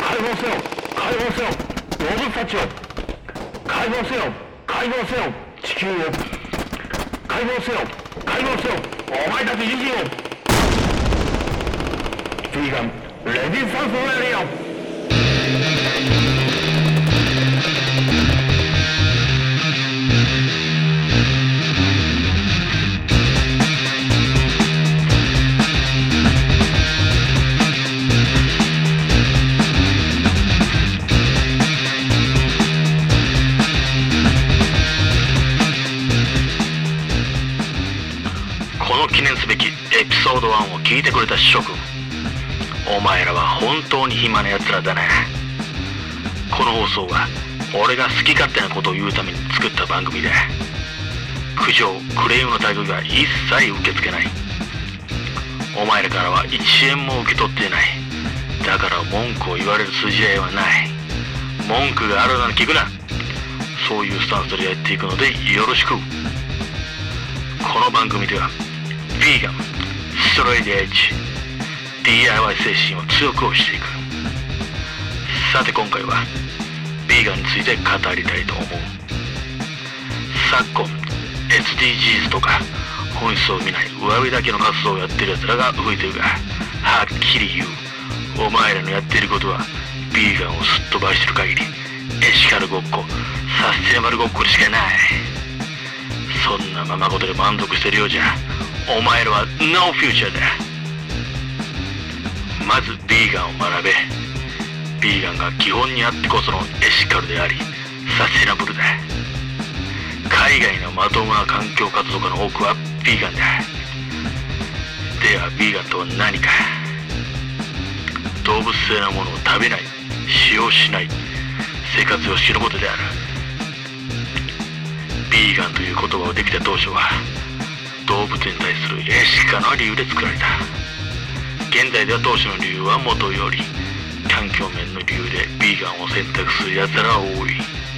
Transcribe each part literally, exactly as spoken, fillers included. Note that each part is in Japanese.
解放せよ解放せよ動物たちを解放せよ解放せよ地球を解放せよ解放せよお前たち自身を。ヴィーガンレディスタンスをやれよ。 この記念すべきエピソードワンを聞いてくれた諸君、お前らは本当に暇な奴らだな。この放送は俺が好き勝手なことを言うために作った番組だ。苦情クレームの類は一切受け付けない。お前らからはいちえんも受け取っていない。だから文句を言われる筋合いはない。文句があるなら聞くな。そういうスタンスでやっていくのでよろしく。この番組ではヴィーガン、ストレートエッジ、ディーアイワイ 精神を強く推していく。さて今回はヴィーガンについて語りたいと思う。昨今 エスディージーズ とか本質を見ない上辺だけの活動をやってる奴らが増えてるが、はっきり言う、お前らのやってることはヴィーガンをすっ飛ばしてる限りエシカルごっこ、サステナブルごっこしかない。そんなままごとで満足してるようじゃお前らはノーフューチャーだ。まずヴィーガンを学べ。ヴィーガンが基本にあってこそのエシカルでありサステナブルだ。海外のまともな環境活動家の多くはヴィーガンだ。ではヴィーガンとは何か。動物性なものを食べない、使用しない生活を知ることである。ヴィーガンという言葉をできた当初は動物に対するエシカルな理由で作られた。現在では当初の理由はもとより環境面の理由でヴィーガンを選択する奴らが多い。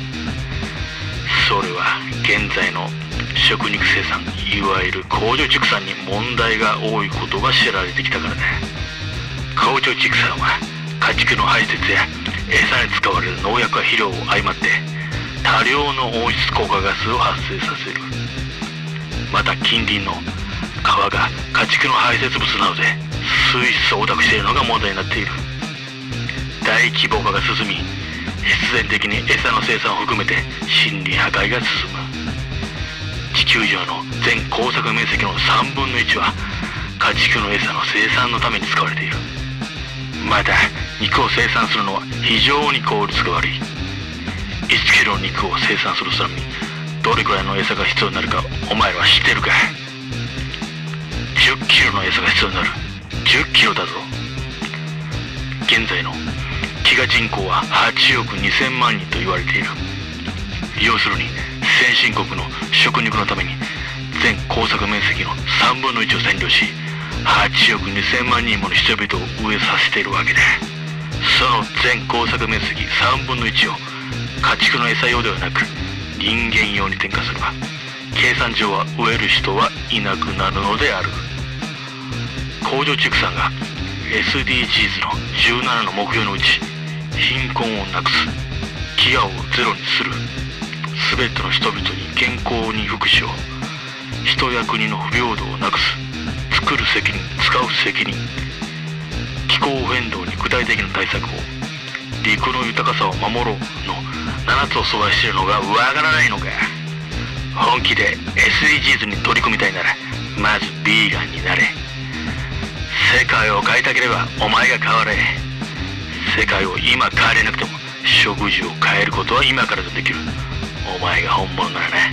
それは現在の食肉生産、いわゆる工場畜産に問題が多いことが知られてきたからだ。工場畜産は家畜の排泄や餌に使われる農薬や肥料を相まって多量の温室効果ガスを発生させる。また近隣の川が家畜の排泄物などで水質を汚濁しているのが問題になっている。大規模化が進み、必然的に餌の生産を含めて森林破壊が進む。地球上の全耕作面積のさんぶんのいちは家畜の餌の生産のために使われている。また肉を生産するのは非常に効率が悪い。いちキロの肉を生産するためにどれくらいの餌が必要になるかお前らは知ってるか。じゅっキロの餌が必要になる。じゅっキロだぞ。現在の飢餓人口ははちおくにせんまんにんと言われている。要するに先進国の食肉のために全耕作面積のさんぶんのいちを占領し、はちおくにせんまんにんもの人々を飢えさせているわけだ。その全耕作面積さんぶんのいちを家畜の餌用ではなく人間用に転化すれば、計算上は飢える人はいなくなるのである。工場畜産が エスディージーズ のじゅうななの目標のうち、貧困をなくす、飢餓をゼロにする、すべての人々に健康に福祉を、人や国の不平等をなくす、作る責任、使う責任、気候変動に具体的な対策を、陸の豊かさを守ろうのななつを阻害しているのがわからないのか。本気で エスディージーズ に取り組みたいならまずヴィーガンになれ。世界を変えたければお前が変われ。世界を今変えれなくても食事を変えることは今からでできる。お前が本物ならな。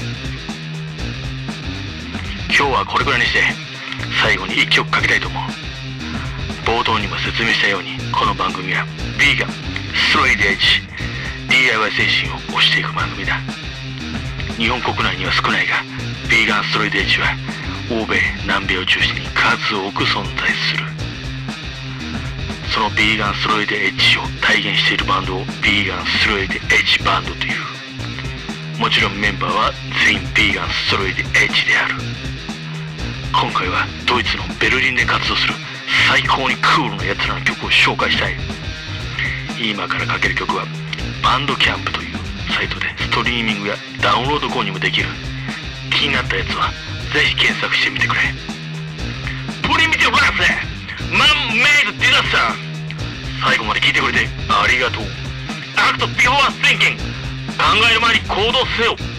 今日はこれくらいにして最後にいっきょくかけたいと思う。冒頭にも説明したようにこの番組はヴィーガン、ストレートエッジ、ディーアイワイ 精神を推していく番組だ。日本国内には少ないがヴィーガンストレートエッジは欧米、南米を中心に数多く存在する。そのヴィーガンストレートエッジを体現しているバンドをヴィーガンストレートエッジバンドという。もちろんメンバーは全員ヴィーガンストレートエッジである。今回はドイツのベルリンで活動する最高にクールな奴らの曲を紹介したい。 今からかける曲はバンドキャンプというサイトでストリーミングやダウンロード購入もできる。気になったやつはぜひ検索してみてくれ。プリミティブラスマンメイドディザスター、最後まで聞いてくれてありがとう。アクトビフォーシンキング、考える前に行動せよ。